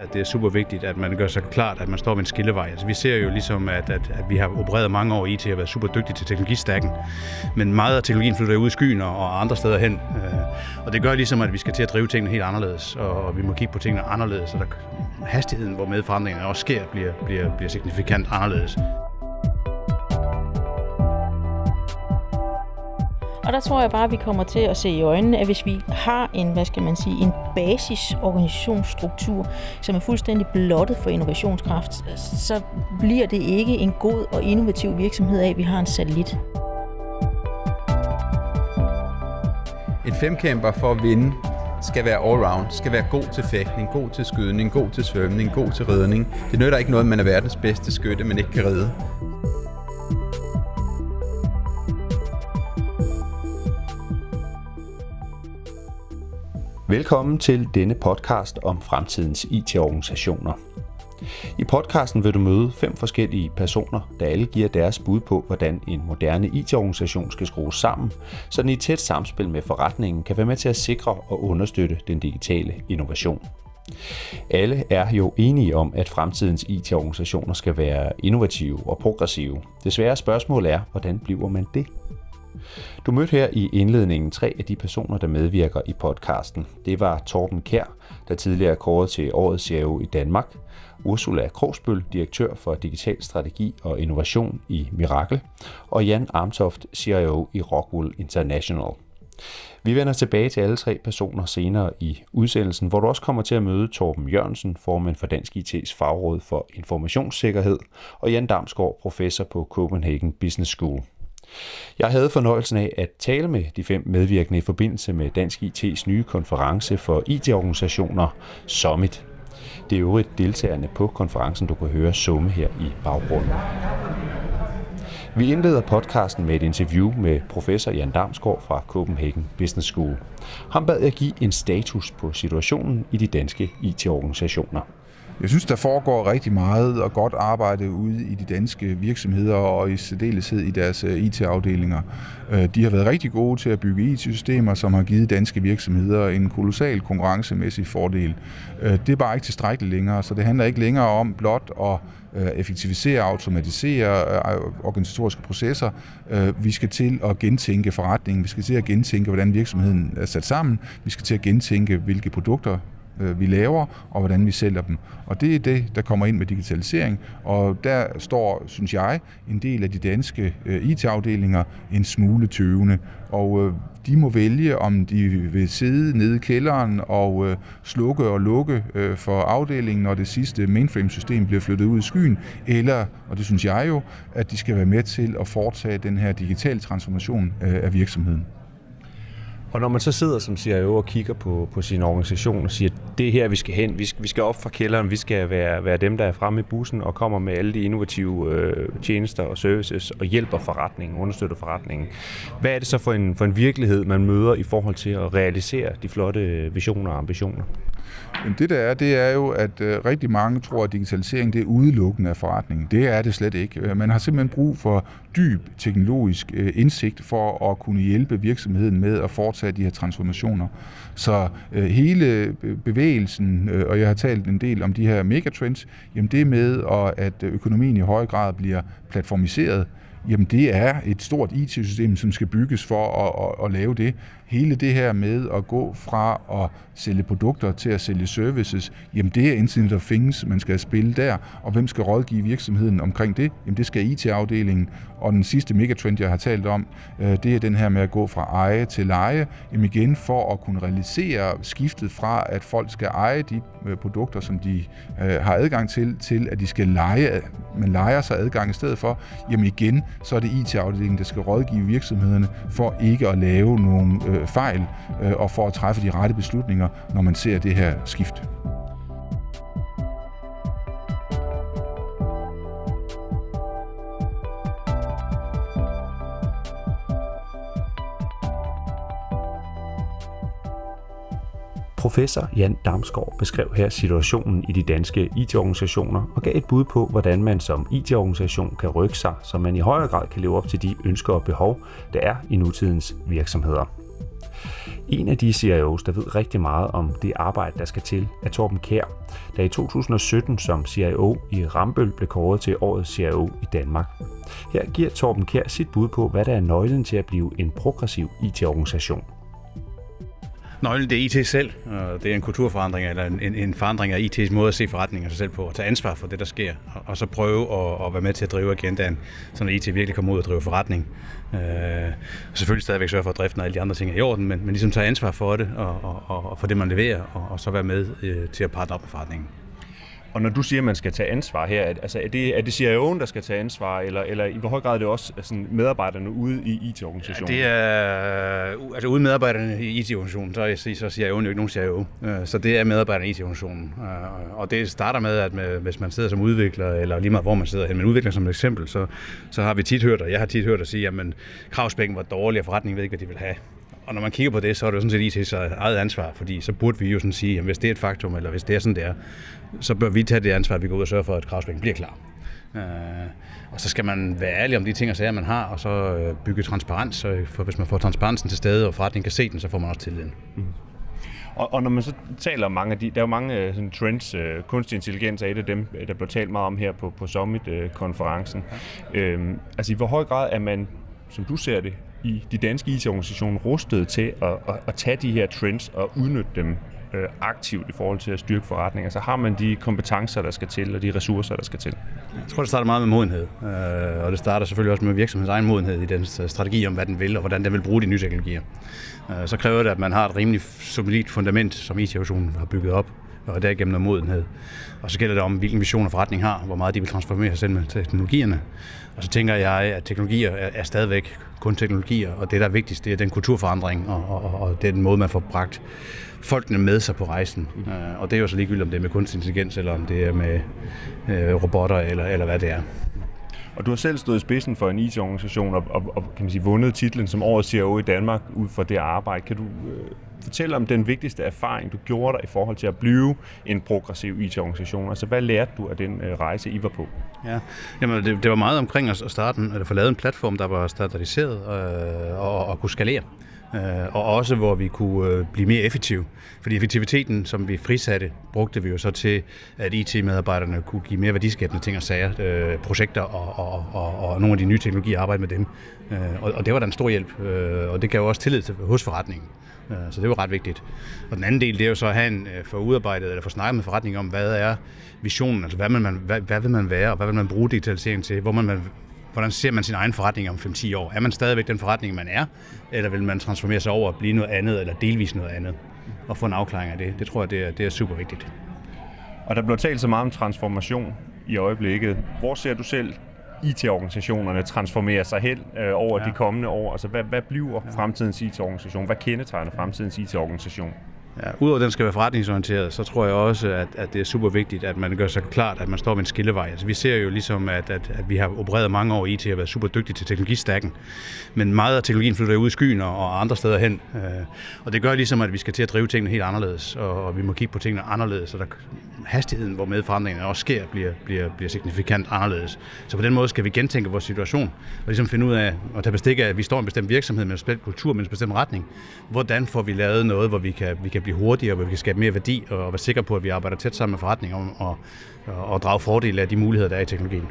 at det er super vigtigt, at man gør sig klart, at man står ved en skillevej. Altså, vi ser jo ligesom, at vi har opereret mange år i IT og været super dygtige til teknologistacken, men meget af teknologien flytter ud i skyen og andre steder hen. Og det gør ligesom, at vi skal til at drive tingene helt anderledes, og vi må kigge på tingene anderledes, så hastigheden, hvormed forandringerne også sker, bliver signifikant anderledes. Og der tror jeg bare, at vi kommer til at se i øjnene, at hvis vi har en basisorganisationsstruktur, som er fuldstændig blottet for innovationskraft, så bliver det ikke en god og innovativ virksomhed af, at vi har en satellit. En femkæmper for at vinde skal være allround, skal være god til fægtning, god til skydning, god til svømning, god til ridning. Det nytter ikke noget, at man er verdens bedste skytte, men ikke kan ride. Velkommen til denne podcast om fremtidens IT-organisationer. I podcasten vil du møde 5 forskellige personer, der alle giver deres bud på, hvordan en moderne IT-organisation skal skrues sammen, så den i tæt samspil med forretningen kan være med til at sikre og understøtte den digitale innovation. Alle er jo enige om, at fremtidens IT-organisationer skal være innovative og progressive. Det svære spørgsmål er, hvordan bliver man det? Du mødte her i indledningen 3 af de personer, der medvirker i podcasten. Det var Torben Kjær, der tidligere er kåret til årets CIO i Danmark, Ursula Krogsbøl, direktør for digital strategi og innovation i Miracle, og Jan Amtoft, CIO i Rockwool International. Vi vender tilbage til alle 3 personer senere i udsendelsen, hvor du også kommer til at møde Torben Jørgensen, formand for Dansk IT's fagråd for informationssikkerhed, og Jan Damsgaard, professor på Copenhagen Business School. Jeg havde fornøjelsen af at tale med de 5 medvirkende i forbindelse med Dansk IT's nye konference for IT-organisationer, Summit. Det er øvrigt deltagerne på konferencen, du kan høre summe her i baggrunden. Vi indleder podcasten med et interview med professor Jan Damsgaard fra Copenhagen Business School. Han bad jeg give en status på situationen i de danske IT-organisationer. Jeg synes, der foregår rigtig meget og godt arbejde ude i de danske virksomheder og i særdeleshed i deres IT-afdelinger. De har været rigtig gode til at bygge IT-systemer, som har givet danske virksomheder en kolossal konkurrencemæssig fordel. Det er bare ikke tilstrækkeligt længere, så det handler ikke længere om blot at effektivisere og automatisere organisatoriske processer. Vi skal til at gentænke forretningen, vi skal til at gentænke, hvordan virksomheden er sat sammen, vi skal til at gentænke, hvilke produkter vi laver, og hvordan vi sælger dem. Og det er det, der kommer ind med digitalisering, og der står, synes jeg, en del af de danske IT-afdelinger en smule tøvende, og de må vælge, om de vil sidde nede i kælderen og slukke og lukke for afdelingen, når det sidste mainframe-system bliver flyttet ud i skyen, eller, og det synes jeg jo, at de skal være med til at foretage den her digitale transformation af virksomheden. Og når man så sidder som CIO og kigger på sin organisation og siger, at det er her, vi skal hen, vi skal op fra kælderen, vi skal være dem, der er fremme i bussen og kommer med alle de innovative tjenester og services og hjælper forretningen, understøtter forretningen. Hvad er det så for en virkelighed, man møder i forhold til at realisere de flotte visioner og ambitioner? Det der er, det er jo, at rigtig mange tror, at digitalisering det er udelukkende af forretningen. Det er det slet ikke. Man har simpelthen brug for dyb teknologisk indsigt for at kunne hjælpe virksomheden med at foretage de her transformationer. Så hele bevægelsen, og jeg har talt en del om de her megatrends, jamen det med, at økonomien i høj grad bliver platformiseret, jamen det er et stort IT-system, som skal bygges for at lave det. Hele det her med at gå fra at sælge produkter til at sælge services, jamen det er Internet of Things, man skal spille der. Og hvem skal rådgive virksomheden omkring det? Jamen det skal IT-afdelingen. Og den sidste megatrend, jeg har talt om, det er den her med at gå fra eje til leje. Jamen igen for at kunne realisere skiftet fra, at folk skal eje de produkter, som de har adgang til at de skal leje. Man lejer sig adgang i stedet for. Jamen igen, så er det IT-afdelingen, der skal rådgive virksomhederne for ikke at lave nogle fejl og for at træffe de rette beslutninger, når man ser det her skift. Professor Jan Damsgaard beskrev her situationen i de danske IT-organisationer og gav et bud på, hvordan man som IT-organisation kan rykke sig, så man i højere grad kan leve op til de ønsker og behov, der er i nutidens virksomheder. En af de CIO's, der ved rigtig meget om det arbejde, der skal til, er Torben Kjær, der i 2017 som CIO i Rambøll blev kåret til årets CIO i Danmark. Her giver Torben Kjær sit bud på, hvad der er nøglen til at blive en progressiv IT-organisation. Nøglen, det er IT selv, og det er en kulturforandring, eller en forandring af IT's måde at se forretningen af sig selv på, og tage ansvar for det, der sker, og så prøve at være med til at drive agendaen, så når IT virkelig kommer ud og driver forretning. Og selvfølgelig stadigvæk sørge for, at driften og alle de andre ting er i orden, men ligesom tage ansvar for det, og for det, man leverer, og så være med til at partner op med forretningen. Og når du siger, at man skal tage ansvar her, altså er det CIO'en, der skal tage ansvar, eller i hvor høj grad er det også sådan, medarbejderne ude i IT-organisationen? Ja, det er altså ude medarbejderne i IT-organisationen, så er CIO'en jo ikke nogen CIO. Så det er medarbejderne i IT-organisationen. Og det starter med, at hvis man sidder som udvikler, eller lige meget hvor man sidder hen, men udvikler som et eksempel, så har vi tit hørt, og jeg har tit hørt at sige, at Kravsbækken var dårlig, og forretningen ved ikke, hvad de vil have. Og når man kigger på det, så er det jo sådan set IT's eget ansvar, fordi så burde vi jo sådan sige, at hvis det er et faktum, eller hvis det er sådan, det er, så bør vi tage det ansvar, at vi går ud og sørge for, at Kravsbækken bliver klar. Og så skal man være ærlig om de ting og sager, man har, og så bygge transparens, for hvis man får transparensen til stede, og forretningen kan se den, så får man også tilliden. Og når man så taler om mange af der er jo mange sådan trends, kunstig intelligens er et af dem, der bliver talt meget om her på Summit-konferencen. Altså i hvor høj grad er man, som du ser det, i de danske IT-organisationer rustet til at tage de her trends og udnytte dem aktivt i forhold til at styrke forretninger? Så har man de kompetencer, der skal til, og de ressourcer, der skal til? Jeg tror, det starter meget med modenhed, og det starter selvfølgelig også med virksomhedens egen modenhed i den strategi om, hvad den vil, og hvordan den vil bruge de nye teknologier. Så kræver det, at man har et rimelig solidt fundament, som IT-organisationen har bygget op, og derigennem noget modenhed. Og så gælder det om, hvilken vision og forretning har, hvor meget de vil transformere sig selv med teknologierne. Og så tænker jeg, at teknologier er stadigvæk kun teknologier, og det, der er vigtigst, det er den kulturforandring, og den måde, man får bragt folkene med sig på rejsen. Og det er jo så ligegyldigt, om det er med kunstig intelligens, eller om det er med robotter, eller hvad det er. Og du har selv stået i spidsen for en IT-organisation og kan man sige, vundet titlen som årets CIO i Danmark ud fra det arbejde. Kan du fortælle om den vigtigste erfaring, du gjorde dig i forhold til at blive en progressiv IT-organisation? Altså, hvad lærte du af den rejse, I var på? Ja, jamen, det var meget omkring at starte at få lavet en platform, der var standardiseret og kunne skalere. Og også hvor vi kunne blive mere effektive. Fordi effektiviteten, som vi frisatte, brugte vi jo så til, at IT-medarbejderne kunne give mere værdiskabende ting og sager, projekter og nogle af de nye teknologier, arbejde med dem. Og det var da en stor hjælp, og det gav jo også tillid hos forretningen. Så det var ret vigtigt. Og den anden del, det er jo så at have få udarbejdet eller få snakket med forretningen om, hvad er visionen, altså hvad vil man være, og hvad vil man bruge digitalisering til, hvordan ser man sin egen forretning om 5-10 år? Er man stadigvæk den forretning, man er, eller vil man transformere sig over og blive noget andet, eller delvis noget andet, og få en afklaring af det? Det tror jeg, det er super vigtigt. Og der bliver talt så meget om transformation i øjeblikket. Hvor ser du selv IT-organisationerne transformere sig hen over de kommende år? Altså, hvad bliver fremtidens IT-organisation? Hvad kendetegner fremtidens IT-organisation? Ja, udover at den skal være forretningsorienteret, så tror jeg også, at det er super vigtigt, at man gør sig klart, at man står ved en skillevej. Altså, vi ser jo ligesom, at vi har opereret mange år i IT og været super dygtige til teknologistacken, men meget af teknologien flytter ud i skyen og andre steder hen. Og det gør ligesom, at vi skal til at drive tingene helt anderledes, og vi må kigge på tingene anderledes, så hastigheden, hvor med forandringerne også sker, bliver signifikant anderledes. Så på den måde skal vi gentænke vores situation, og ligesom finde ud af at tage bestik af, at vi står i en bestemt virksomhed med en bestemt kultur, med en bestemt retning. Hvordan får vi lavet noget, hvor vi kan blive hurtigere, hvor vi kan skabe mere værdi, og være sikre på, at vi arbejder tæt sammen med forretningen og drage fordele af de muligheder, der er i teknologien.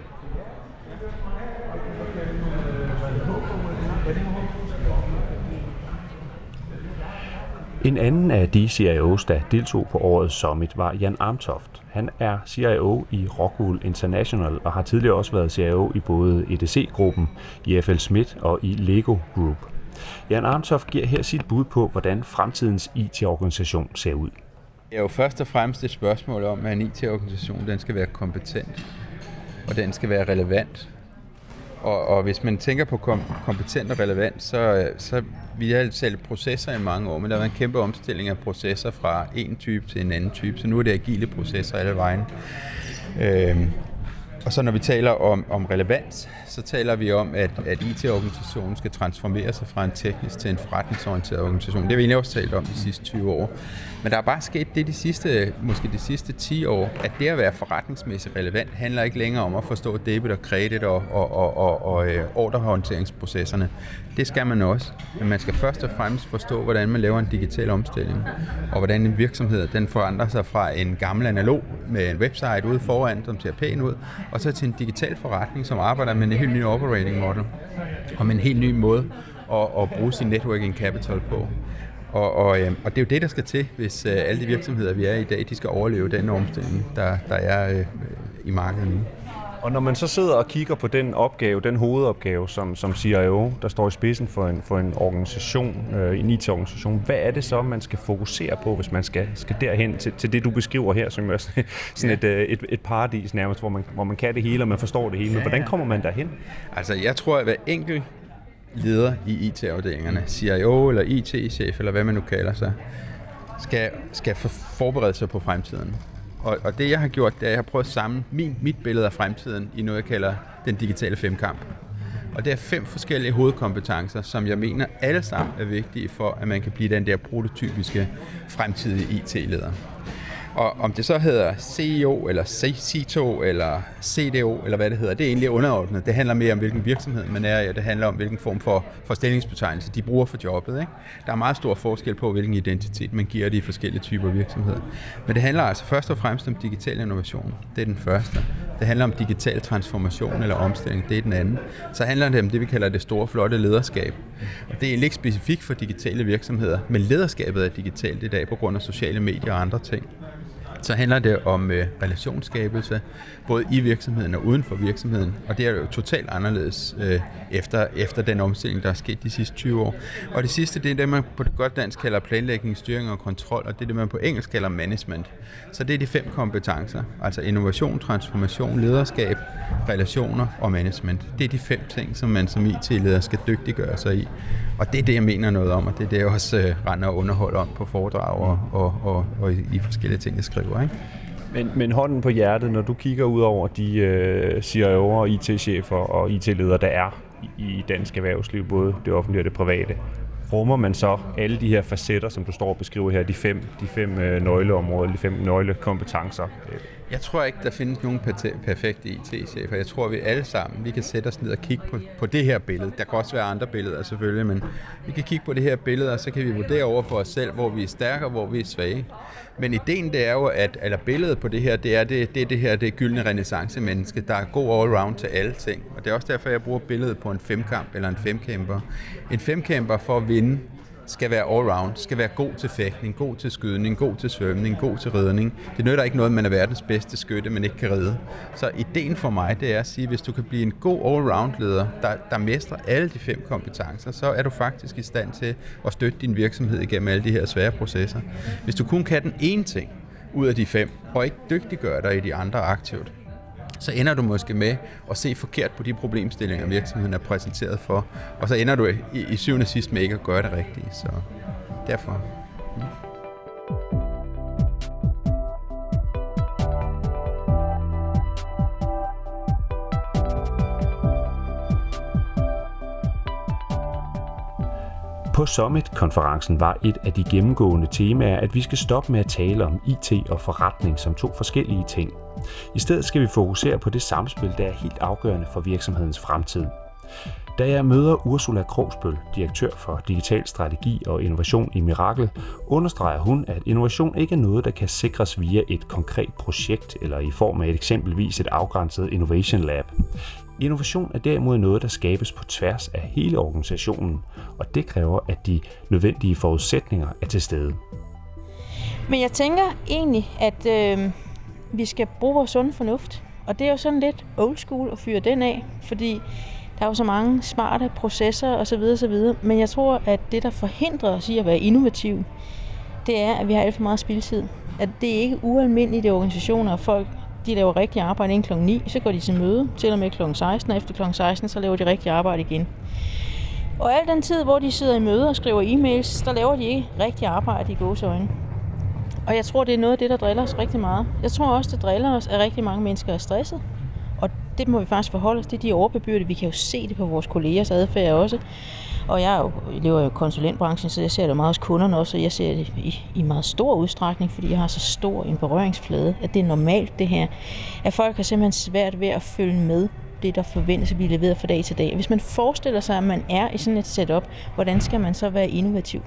En anden af de CIO's, der deltog på årets Summit, var Jan Amtoft. Han er CIO i Rockwool International og har tidligere også været CIO i både EDC-gruppen, i FL Smith og i Lego Group. Jan Amtoft giver her sit bud på, hvordan fremtidens IT-organisation ser ud. Det er jo først og fremmest et spørgsmål om, at en IT-organisation den skal være kompetent, og den skal være relevant. Og hvis man tænker på kompetent og relevant, så vi har selv processer i mange år, men der er en kæmpe omstilling af processer fra en type til en anden type, så nu er det agile processer alle vejen. Og så når vi taler om relevans, så taler vi om, at IT-organisationen skal transformere sig fra en teknisk til en forretningsorienteret organisation. Det har vi egentlig også talt om de sidste 20 år. Men der er bare sket det de sidste 10 år, at det at være forretningsmæssigt relevant handler ikke længere om at forstå debit og kredit og ordrehåndteringsprocesserne. Det skal man også. Men man skal først og fremmest forstå, hvordan man laver en digital omstilling, og hvordan en virksomhed den forandrer sig fra en gammel analog med en website ude foran, som ser pæn ud, og så til en digital forretning, som arbejder med en helt ny operating model, og med en helt ny måde at bruge sin networking capital på. Og det er jo det, der skal til, hvis alle de virksomheder, vi er i dag, de skal overleve den omstilling, der er i markedet nu. Og når man så sidder og kigger på den opgave, den hovedopgave, som CIO, der står i spidsen for en organisation, en IT-organisation, hvad er det så, man skal fokusere på, hvis man skal derhen til det, du beskriver her, som er sådan et paradis nærmest, hvor man kan det hele, og man forstår det hele. Men hvordan kommer man derhen? Altså, jeg tror, at hver enkelt leder i IT-afdelingerne, CIO eller IT-chef, eller hvad man nu kalder sig, skal forberede sig på fremtiden. Og det, jeg har gjort, det er, at jeg har prøvet at samle mit billede af fremtiden i noget, jeg kalder den digitale femkamp. Og det er 5 forskellige hovedkompetencer, som jeg mener alle sammen er vigtige for, at man kan blive den der prototypiske fremtidige IT-leder. Og om det så hedder CEO, eller CTO, eller CDO, eller hvad det hedder, det er egentlig underordnet. Det handler mere om, hvilken virksomhed man er i, og det handler om, hvilken form for stillingsbetegnelse de bruger for jobbet. Ikke? Der er meget stor forskel på, hvilken identitet man giver de forskellige typer virksomheder. Men det handler altså først og fremmest om digital innovation. Det er den første. Det handler om digital transformation eller omstilling. Det er den anden. Så handler det om det, vi kalder det store, flotte lederskab. Og det er ikke specifikt for digitale virksomheder, men lederskabet er digitalt i dag på grund af sociale medier og andre ting. Så handler det om relationsskabelse, både i virksomheden og uden for virksomheden. Og det er jo totalt anderledes efter den omstilling, der er sket de sidste 20 år. Og det sidste, det er det, man på det godt dansk kalder planlægning, styring og kontrol, og det er det, man på engelsk kalder management. Så det er de 5 kompetencer, altså innovation, transformation, lederskab, relationer og management. Det er de 5 ting, som man som IT-leder skal dygtiggøre sig i. Og det er det, jeg mener noget om, og det er det, jeg også render og underholder om på foredrag og i forskellige ting, jeg skriver. Ikke? Men hånden på hjertet, når du kigger ud over de CIO'er og IT-chefer og IT-ledere, der er i dansk erhvervsliv, både det offentlige og det private, rummer man så alle de her facetter, som du står og beskriver her, de fem nøgleområder, de 5 nøglekompetencer? Jeg tror ikke, der findes nogen perfekte IT-chefer. Jeg tror, vi alle sammen, vi kan sætte os ned og kigge på det her billede. Der kan også være andre billeder selvfølgelig, men vi kan kigge på det her billede, og så kan vi vurdere over for os selv, hvor vi er stærke og hvor vi er svage. Men ideen det er jo, eller billedet på det her, det er det her, det gyldne renæssancemenneske, der er god all-round til alle ting. Og det er også derfor, jeg bruger billedet på en femkamp eller en femkæmper. En femkæmper for at vinde skal være all-round, skal være god til fægtning, god til skydning, god til svømning, god til ridning. Det nytter ikke noget, at man er verdens bedste skytte, men ikke kan ride. Så ideen for mig, det er at sige, at hvis du kan blive en god all-round-leder, der mestrer alle de 5 kompetencer, så er du faktisk i stand til at støtte din virksomhed igennem alle de her svære processer. Hvis du kun kan den ene ting ud af de 5, og ikke dygtiggør dig i de andre aktivt, så ender du måske med at se forkert på de problemstillinger, virksomheden er præsenteret for, og så ender du i syvende og sidst med ikke at gøre det rigtige. Så derfor. På Summit-konferencen var et af de gennemgående temaer, at vi skal stoppe med at tale om IT og forretning som 2 forskellige ting. I stedet skal vi fokusere på det samspil, der er helt afgørende for virksomhedens fremtid. Da jeg møder Ursula Krogsbøl, direktør for digital strategi og innovation i Miracle, understreger hun, at innovation ikke er noget, der kan sikres via et konkret projekt eller i form af eksempelvis et afgrænset Innovation Lab. Innovation er derimod noget, der skabes på tværs af hele organisationen, og det kræver, at de nødvendige forudsætninger er til stede. Men jeg tænker egentlig, at vi skal bruge vores sunde fornuft, og det er jo sådan lidt old school at fyre den af, fordi der er jo så mange smarte processer osv., men jeg tror, at det, der forhindrer os i at være innovative, det er, at vi har alt for meget spildtid. At det er ikke ualmindeligt i organisationer, og folk de laver rigtig arbejde inden kl. 9, så går de til møde, til og med kl. 16, og efter kl. 16, så laver de rigtig arbejde igen. Og al den tid, hvor de sidder i møder og skriver e-mails, der laver de ikke rigtig arbejde i gåseøjne. Og jeg tror, det er noget af det, der driller os rigtig meget. Jeg tror også, det driller os, at rigtig mange mennesker er stresset. Og det må vi faktisk forholde os til, de overbebyrdede. Vi kan jo se det på vores kollegers adfærd også. Og jeg lever jo i konsulentbranchen, så jeg ser det meget hos kunderne også, og jeg ser det i meget stor udstrækning, fordi jeg har så stor en berøringsflade, at det er normalt det her. At folk har simpelthen svært ved at følge med det, der forventes at blive leveret fra dag til dag. Hvis man forestiller sig, at man er i sådan et setup, hvordan skal man så være innovativ?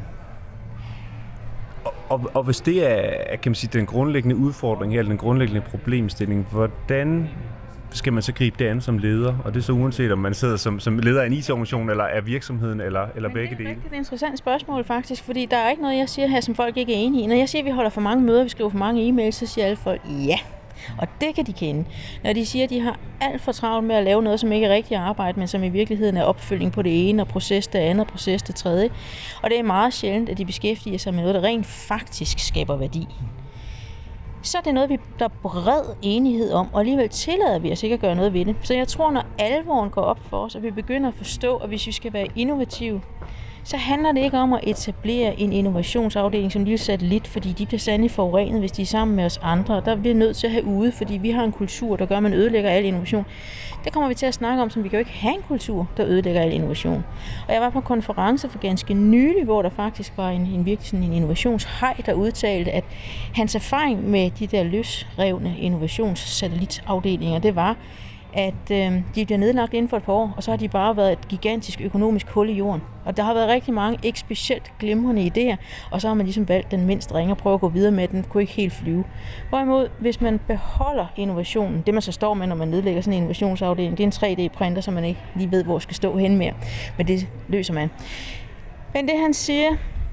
Og hvis det er, kan man sige, den grundlæggende udfordring her, eller den grundlæggende problemstilling, hvordan skal man så gribe det an som leder? Og det er så uanset, om man sidder som leder af en IT-organisation, eller af virksomheden, eller begge dele. Det er et interessant spørgsmål faktisk, fordi der er ikke noget, jeg siger her, som folk ikke er enige i. Når jeg siger, at vi holder for mange møder, vi skriver for mange e-mails, så siger alle folk ja. Og det kan de kende. Når de siger, at de har alt for travlt med at lave noget, som ikke er rigtig arbejde, men som i virkeligheden er opfølging på det ene, og proces det andet, og proces det tredje. Og det er meget sjældent, at de beskæftiger sig med noget, der rent faktisk skaber værdi. Så er det noget, der er bred enighed om, og alligevel tillader vi os ikke at gøre noget ved det. Så jeg tror, når alvoren går op for os, og vi begynder at forstå, at hvis vi skal være innovative, så handler det ikke om at etablere en innovationsafdeling som en lille satellit, fordi de bliver sandelig forurenet, hvis de er sammen med os andre. Der er vi nødt til at have ude, fordi vi har en kultur, der gør, at man ødelægger al innovation. Det kommer vi til at snakke om, som vi kan jo ikke have en kultur, der ødelægger al innovation. Og jeg var på en konference for ganske nylig, hvor der faktisk var en virkelig sådan en innovationshej, der udtalte, at hans erfaring med de der løsrevne innovationssatellitafdelinger, det var, at de bliver nedlagt inden for et par år, og så har de bare været et gigantisk økonomisk hul i jorden. Og der har været rigtig mange ikke specielt glimrende idéer, og så har man ligesom valgt den mindst ringe og prøve at gå videre med den, kunne ikke helt flyve. Hvorimod, hvis man beholder innovationen, det man så står med, når man nedlægger sådan en innovationsafdeling, det er en 3D-printer, så man ikke lige ved, hvor skal stå hen mere. Men det løser man. Men det han siger,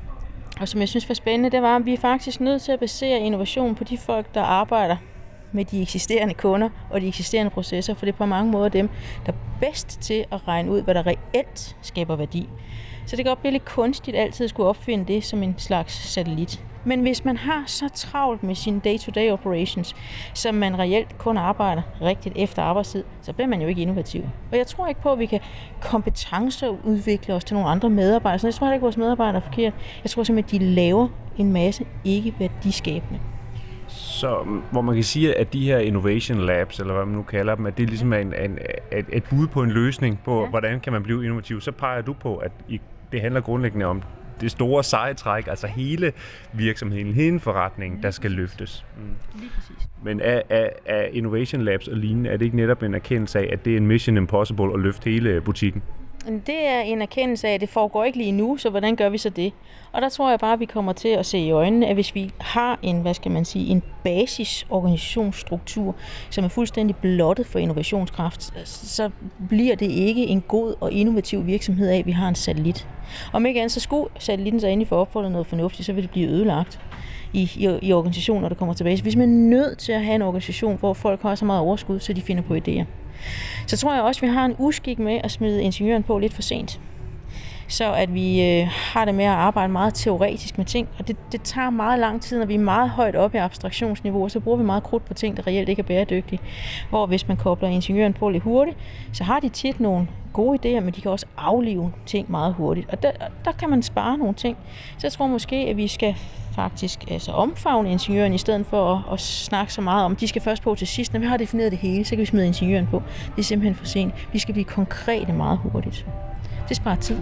og som jeg synes var spændende, det var, at vi er faktisk nødt til at basere innovation på de folk, der arbejder med de eksisterende kunder og de eksisterende processer, for det er på mange måder dem, der er bedst til at regne ud, hvad der reelt skaber værdi. Så det kan godt blive lidt kunstigt altid at skulle opfinde det som en slags satellit. Men hvis man har så travlt med sine day-to-day operations, som man reelt kun arbejder rigtigt efter arbejdstid, så bliver man jo ikke innovativ. Og jeg tror ikke på, at vi kan kompetenceudvikle os til nogle andre medarbejdere. Så jeg tror ikke, at vores medarbejdere er forkert. Jeg tror simpelthen, at de laver en masse ikke værdiskabende. Så hvor man kan sige, at de her innovation labs, eller hvad man nu kalder dem, at det ligesom er et bud på en løsning på, hvordan kan man blive innovativ, så peger du på, at det handler grundlæggende om det store sejetræk, altså hele virksomheden, hele forretningen, der skal løftes. Lige præcis. Men er innovation labs og lignende, er det ikke netop en erkendelse af, at det er en mission impossible at løfte hele butikken? Det er en erkendelse af, at det foregår ikke lige nu, så hvordan gør vi så det? Og der tror jeg bare, at vi kommer til at se i øjnene, at hvis vi har en basisorganisationsstruktur, som er fuldstændig blottet for innovationskraft, så bliver det ikke en god og innovativ virksomhed af, at vi har en satellit. Om ikke andet, så skulle satellitten så endelig få opfundet noget fornuftigt, så vil det blive ødelagt i organisationer, der kommer tilbage. Så hvis man er nødt til at have en organisation, hvor folk har så meget overskud, så de finder på idéer. Så tror jeg også, at vi har en uskik med at smide ingeniøren på lidt for sent. Så at vi har det med at arbejde meget teoretisk med ting, og det tager meget lang tid, når vi er meget højt oppe i abstraktionsniveau, så bruger vi meget krudt på ting, der reelt ikke er bæredygtige. Hvor hvis man kobler ingeniøren på lidt hurtigt, så har de tit nogle gode idéer, men de kan også aflive ting meget hurtigt. Og der kan man spare nogle ting. Så jeg tror måske, at vi skal faktisk omfavne ingeniøren, i stedet for at snakke så meget om, de skal først på til sidst. Når vi har defineret det hele, så kan vi smide ingeniøren på. Det er simpelthen for sent. Vi skal blive konkrete meget hurtigt. Det sparer tid.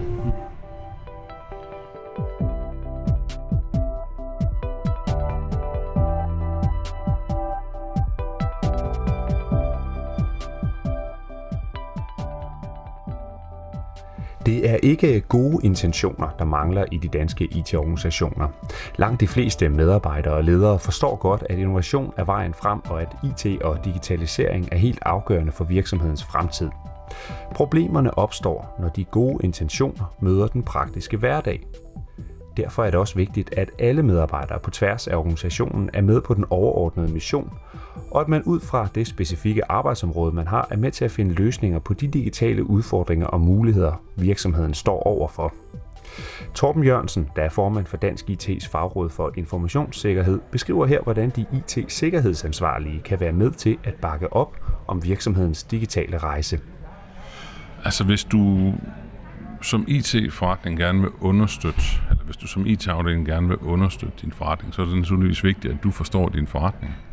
Det er ikke gode intentioner, der mangler i de danske IT-organisationer. Langt de fleste medarbejdere og ledere forstår godt, at innovation er vejen frem, og at IT og digitalisering er helt afgørende for virksomhedens fremtid. Problemerne opstår, når de gode intentioner møder den praktiske hverdag. Derfor er det også vigtigt, at alle medarbejdere på tværs af organisationen er med på den overordnede mission, og at man ud fra det specifikke arbejdsområde, man har, er med til at finde løsninger på de digitale udfordringer og muligheder, virksomheden står overfor. Torben Jørgensen, der er formand for Dansk IT's Fagråd for Informationssikkerhed, beskriver her, hvordan de IT-sikkerhedsansvarlige kan være med til at bakke op om virksomhedens digitale rejse. Altså hvis du som IT-forretning gerne vil understøtte, eller hvis du som IT-afdeling gerne vil understøtte din forretning, så er det naturligvis vigtigt, at du forstår din forretning.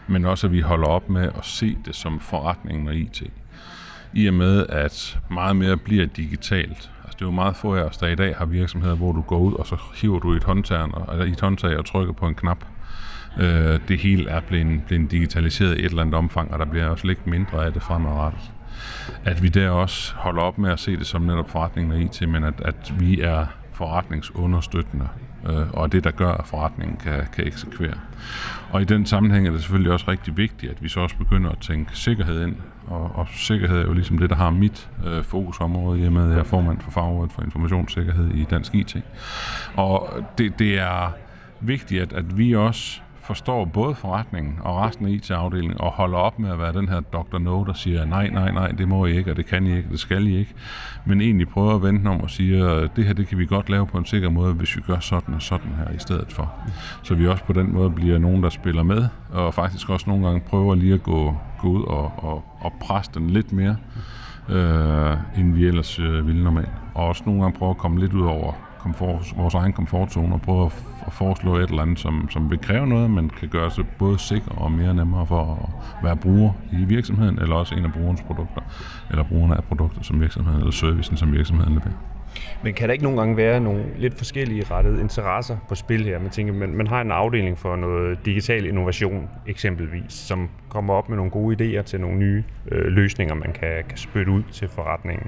men også at vi holder op med at se det som forretningen og IT. I og med, at meget mere bliver digitalt. Altså, det er jo meget få af os, der i dag har virksomheder, hvor du går ud, og så hiver du i et håndtag og trykker på en knap. Det hele er blevet digitaliseret i et eller andet omfang, og der bliver også lidt mindre af det fremadrettet. At vi der også holder op med at se det som netop forretningen og IT, men at vi er forretningsunderstøttende, og det, der gør, at forretningen kan eksekvere. Og i den sammenhæng er det selvfølgelig også rigtig vigtigt, at vi så også begynder at tænke sikkerhed ind, og sikkerhed er jo ligesom det, der har mit fokusområde, i og med at jeg er formand for Fagrådet for Informationssikkerhed i Dansk IT. Og det er vigtigt, at vi også forstår både forretningen og resten af IT-afdelingen og holder op med at være den her Dr. No, der siger, nej, det må I ikke, og det kan I ikke, det skal I ikke. Men egentlig prøver at vente om og siger, det her, det kan vi godt lave på en sikker måde, hvis vi gør sådan og sådan her i stedet for. Så vi også på den måde bliver nogen, der spiller med, og faktisk også nogle gange prøver lige at gå ud og presse den lidt mere, end vi ellers ville normalt. Og også nogle gange prøve at komme lidt ud over vores egen komfortzone og prøve at foreslå et eller andet, som vil kræve noget, men kan gøre sig både sikker og mere nemmere for at være bruger i virksomheden, eller også en af brugerens produkter, eller brugerne af produkter som virksomheden, eller servicen som virksomheden leverer. Men kan der ikke nogle gange være nogle lidt forskellige rettede interesser på spil her? Man tænker, man har en afdeling for noget digital innovation eksempelvis, som kommer op med nogle gode idéer til nogle nye løsninger, man kan spytte ud til forretningen.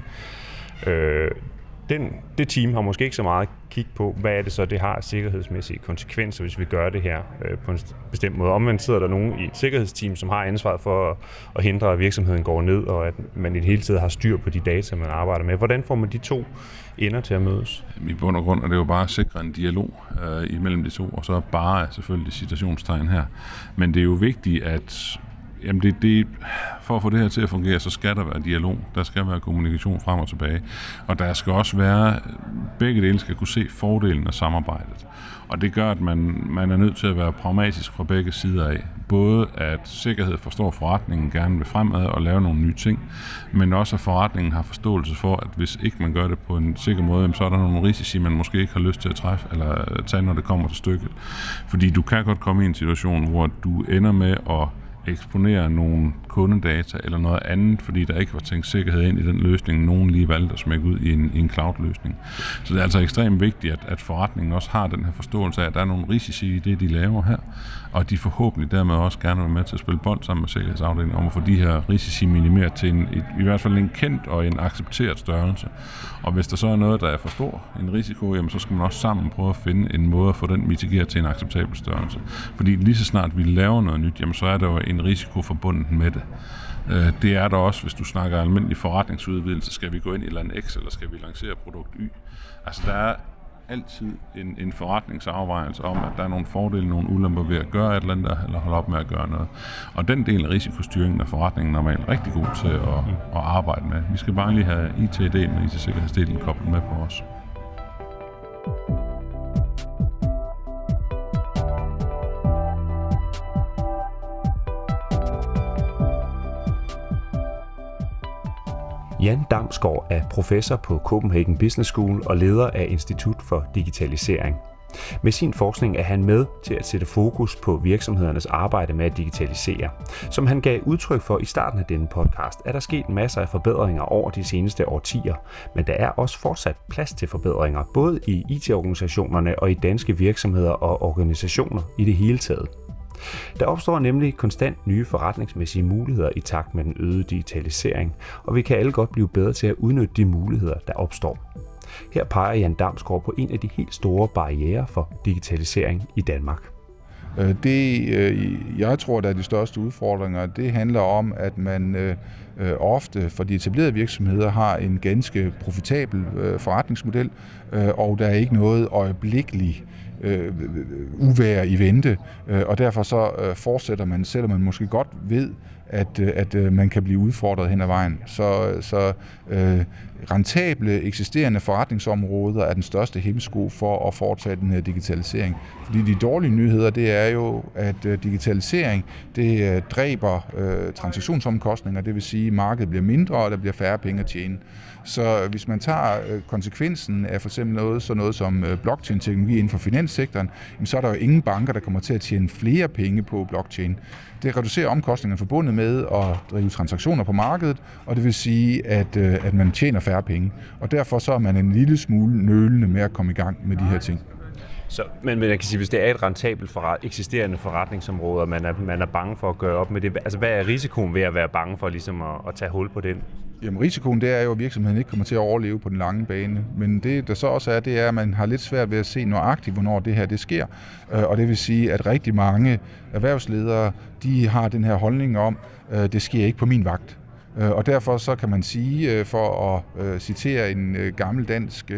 Det team har måske ikke så meget kig på, hvad er det så, det har af sikkerhedsmæssige konsekvenser, hvis vi gør det her på en bestemt måde. Omvendt sidder der nogen i et sikkerhedsteam, som har ansvaret for at hindre, at virksomheden går ned, og at man i det hele taget har styr på de data, man arbejder med. Hvordan får man de to ender til at mødes? I bund og grund er det jo bare at sikre en dialog imellem de to, og så bare selvfølgelig citationstegn her. Men det er jo vigtigt, at for at få det her til at fungere, så skal der være dialog, der skal være kommunikation frem og tilbage, og der skal også være, begge dele skal kunne se fordelen af samarbejdet. Og det gør, at man er nødt til at være pragmatisk fra begge sider af. Både at sikkerhed forstår forretningen gerne vil fremad og lave nogle nye ting, men også at forretningen har forståelse for, at hvis ikke man gør det på en sikker måde, så er der nogle risici, man måske ikke har lyst til at træffe eller tage, når det kommer til stykket. Fordi du kan godt komme i en situation, hvor du ender med at eksponere nogle kundedata eller noget andet, fordi der ikke var tænkt sikkerhed ind i den løsning, nogen lige valgte at smække ud i en cloud-løsning. Så det er altså ekstremt vigtigt, at forretningen også har den her forståelse af, at der er nogle risici i det, de laver her, og de forhåbentlig dermed også gerne vil med til at spille bold sammen med sikkerhedsafdelingen om at få de her risici minimeret til i hvert fald en kendt og en accepteret størrelse. Og hvis der så er noget, der er for stor en risiko, jamen så skal man også sammen prøve at finde en måde at få den mitigeret til en acceptabel størrelse. Fordi lige så snart vi laver noget nyt, jamen så er der jo en risiko forbundet med det. Det er der også, hvis du snakker almindelig forretningsudvidelse. Skal vi gå ind i et eller andet X, eller skal vi lancere produkt Y? Altså der er altid en forretningsafvejelse om, at der er nogle fordele, nogle ulemper ved at gøre et eller andet, eller holde op med at gøre noget. Og den del af risikostyringen af forretningen er normalt rigtig god til at arbejde med. Vi skal bare lige have IT-delen og IT-sikkerhedsdelen koblet med på os. Jan Damsgaard er professor på Copenhagen Business School og leder af Institut for Digitalisering. Med sin forskning er han med til at sætte fokus på virksomhedernes arbejde med at digitalisere. Som han gav udtryk for i starten af denne podcast, er der sket masser af forbedringer over de seneste årtier, men der er også fortsat plads til forbedringer, både i IT-organisationerne og i danske virksomheder og organisationer i det hele taget. Der opstår nemlig konstant nye forretningsmæssige muligheder i takt med den øgede digitalisering, og vi kan alle godt blive bedre til at udnytte de muligheder, der opstår. Her peger Jan Damsgaard på en af de helt store barrierer for digitalisering i Danmark. Jeg tror, der er de største udfordringer. Det handler om, at man ofte for de etablerede virksomheder har en ganske profitabel forretningsmodel, og der er ikke noget øjeblikkeligt uvejr i vente, og derfor så fortsætter man, selvom man måske godt ved, at man kan blive udfordret hen ad vejen. Så rentable eksisterende forretningsområder er den største hæmsko for at foretage den her digitalisering. Fordi de dårlige nyheder, det er jo, at digitalisering, det dræber transaktionsomkostninger, det vil sige, at markedet bliver mindre, og der bliver færre penge at tjene. Så hvis man tager konsekvensen af for eksempel noget som blockchain-teknologi inden for finanssektoren, så er der jo ingen banker, der kommer til at tjene flere penge på blockchain. Det reducerer omkostningerne forbundet med at drive transaktioner på markedet, og det vil sige, at man tjener færre penge. Og derfor så er man en lille smule nølende med at komme i gang med de her ting. Så, men jeg kan sige, hvis det er et rentabelt eksisterende forretningsområde, og man er bange for at gøre op med det, altså hvad er risikoen ved at være bange for ligesom at tage hul på den? Jamen risikoen det er jo, at virksomheden ikke kommer til at overleve på den lange bane. Men det der så også er, det er, at man har lidt svært ved at se nøjagtigt, hvornår det her det sker. Og det vil sige, at rigtig mange erhvervsledere, de har den her holdning om, det sker ikke på min vagt. Og derfor så kan man sige, for at citere en gammel dansk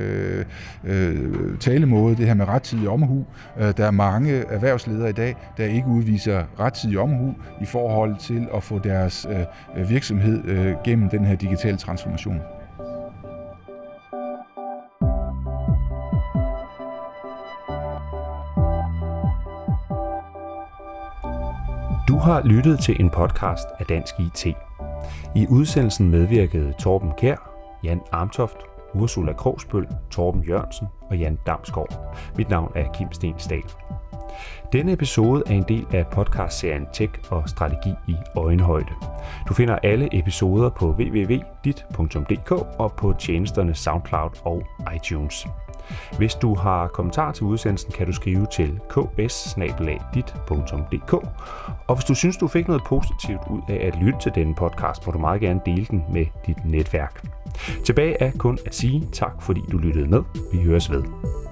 talemåde, det her med rettidig omhu, der er mange erhvervsledere i dag, der ikke udviser rettidig omhu i forhold til at få deres virksomhed gennem den her digitale transformation. Du har lyttet til en podcast af Dansk IT. I udsendelsen medvirkede Torben Kjær, Jan Amtoft, Ursula Krogsbøl, Torben Jørgensen og Jan Damsgaard. Mit navn er Kim Stensdal. Denne episode er en del af podcastserien Tech og Strategi i øjenhøjde. Du finder alle episoder på www.dit.dk og på tjenesterne SoundCloud og iTunes. Hvis du har kommentar til udsendelsen, kan du skrive til ks@dit.dk. Og hvis du synes, du fik noget positivt ud af at lytte til denne podcast, må du meget gerne dele den med dit netværk. Tilbage er kun at sige tak, fordi du lyttede med. Vi høres ved.